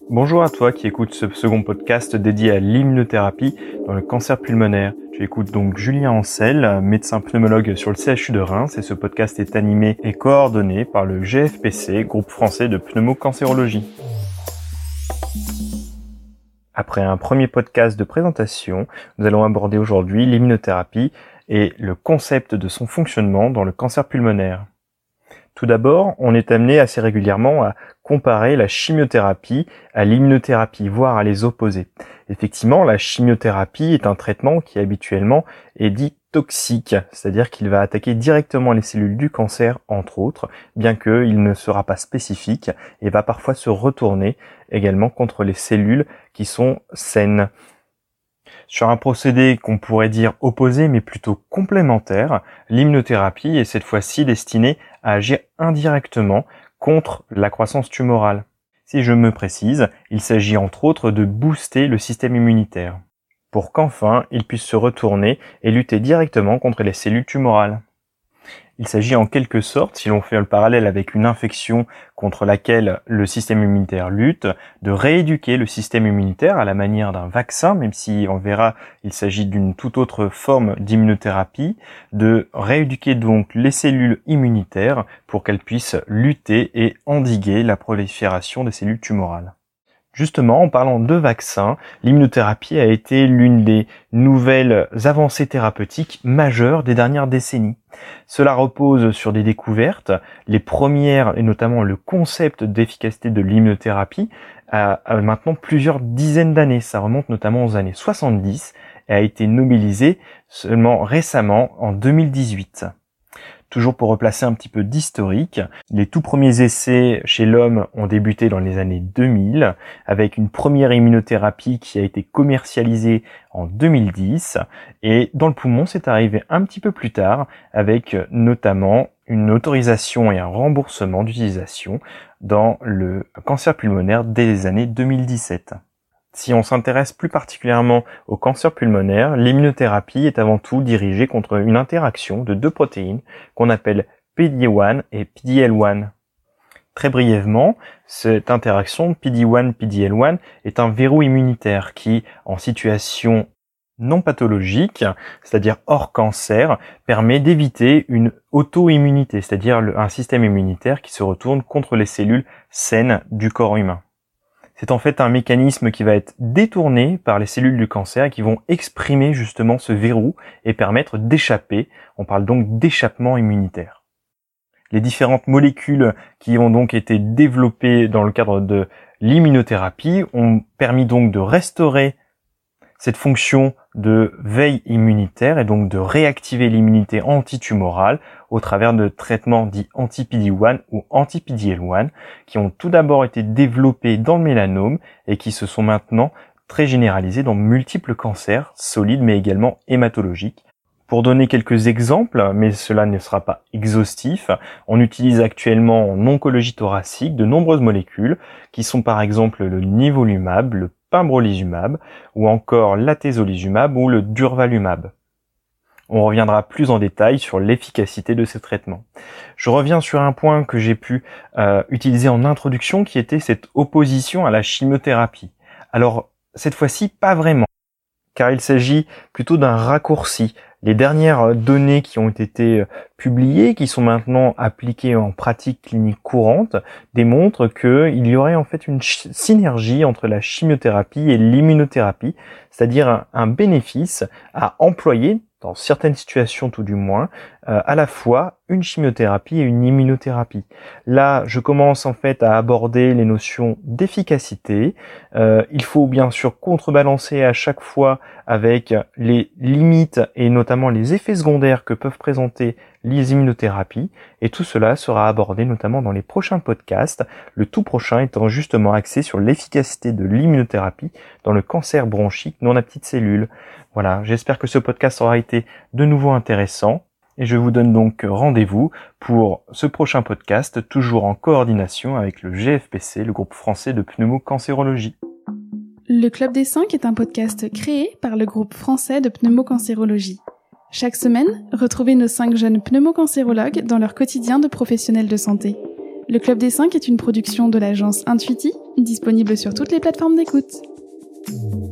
Bonjour à toi qui écoutes ce second podcast dédié à l'immunothérapie dans le cancer pulmonaire. Tu écoutes donc Julien Ancel, médecin pneumologue sur le CHU de Reims, et ce podcast est animé et coordonné par le GFPC, groupe français de pneumocancérologie. Après un premier podcast de présentation, nous allons aborder aujourd'hui l'immunothérapie et le concept de son fonctionnement dans le cancer pulmonaire. Tout d'abord, on est amené assez régulièrement à comparer la chimiothérapie à l'immunothérapie, voire à les opposer. Effectivement, la chimiothérapie est un traitement qui habituellement est dit toxique, c'est-à-dire qu'il va attaquer directement les cellules du cancer, entre autres, bien qu'il ne sera pas spécifique et va parfois se retourner également contre les cellules qui sont saines. Sur un procédé qu'on pourrait dire opposé mais plutôt complémentaire, l'immunothérapie est cette fois-ci destinée à agir indirectement contre la croissance tumorale. Si je me précise, il s'agit entre autres de booster le système immunitaire, pour qu'enfin il puisse se retourner et lutter directement contre les cellules tumorales. Il s'agit en quelque sorte, si l'on fait le parallèle avec une infection contre laquelle le système immunitaire lutte, de rééduquer le système immunitaire à la manière d'un vaccin, même si on verra il s'agit d'une toute autre forme d'immunothérapie, de rééduquer donc les cellules immunitaires pour qu'elles puissent lutter et endiguer la prolifération des cellules tumorales. Justement, en parlant de vaccins, l'immunothérapie a été l'une des nouvelles avancées thérapeutiques majeures des dernières décennies. Cela repose sur des découvertes. Les premières, et notamment le concept d'efficacité de l'immunothérapie, a maintenant plusieurs dizaines d'années. Ça remonte notamment aux années 70 et a été nobelisé seulement récemment en 2018. Toujours pour replacer un petit peu d'historique, les tout premiers essais chez l'homme ont débuté dans les années 2000, avec une première immunothérapie qui a été commercialisée en 2010, et dans le poumon, c'est arrivé un petit peu plus tard, avec notamment une autorisation et un remboursement d'utilisation dans le cancer pulmonaire dès les années 2017. Si on s'intéresse plus particulièrement au cancer pulmonaire, l'immunothérapie est avant tout dirigée contre une interaction de deux protéines qu'on appelle PD-1 et PD-L1. Très brièvement, cette interaction PD-1-PD-L1 est un verrou immunitaire qui, en situation non pathologique, c'est-à-dire hors cancer, permet d'éviter une auto-immunité, c'est-à-dire un système immunitaire qui se retourne contre les cellules saines du corps humain. C'est en fait un mécanisme qui va être détourné par les cellules du cancer et qui vont exprimer justement ce verrou et permettre d'échapper. On parle donc d'échappement immunitaire. Les différentes molécules qui ont donc été développées dans le cadre de l'immunothérapie ont permis donc de restaurer cette fonction de veille immunitaire et donc de réactiver l'immunité antitumorale au travers de traitements dits anti-PD-1 ou anti-PD-L1 qui ont tout d'abord été développés dans le mélanome et qui se sont maintenant très généralisés dans multiples cancers solides mais également hématologiques. Pour donner quelques exemples, mais cela ne sera pas exhaustif, on utilise actuellement en oncologie thoracique de nombreuses molécules qui sont par exemple le nivolumab, le pembrolizumab ou encore l'atezolizumab ou le durvalumab. On reviendra plus en détail sur l'efficacité de ces traitements. Je reviens sur un point que j'ai pu utiliser en introduction qui était cette opposition à la chimiothérapie. Alors, cette fois-ci, pas vraiment, car il s'agit plutôt d'un raccourci. Les dernières données qui ont été publiées, qui sont maintenant appliquées en pratique clinique courante, démontrent qu'il y aurait en fait une synergie entre la chimiothérapie et l'immunothérapie, c'est-à-dire un bénéfice à employer, dans certaines situations tout du moins, à la fois une chimiothérapie et une immunothérapie. Là, je commence en fait à aborder les notions d'efficacité. Il faut bien sûr contrebalancer à chaque fois avec les limites et notamment les effets secondaires que peuvent présenter les immunothérapies, et tout cela sera abordé notamment dans les prochains podcasts, le tout prochain étant justement axé sur l'efficacité de l'immunothérapie dans le cancer bronchique non à petites cellules. Voilà, j'espère que ce podcast aura été de nouveau intéressant, et je vous donne donc rendez-vous pour ce prochain podcast, toujours en coordination avec le GFPC, le groupe français de pneumocancérologie. Le Club des 5 est un podcast créé par le groupe français de pneumocancérologie. Chaque semaine, retrouvez nos 5 jeunes pneumocancérologues dans leur quotidien de professionnels de santé. Le Club des 5 est une production de l'agence Intuiti, disponible sur toutes les plateformes d'écoute.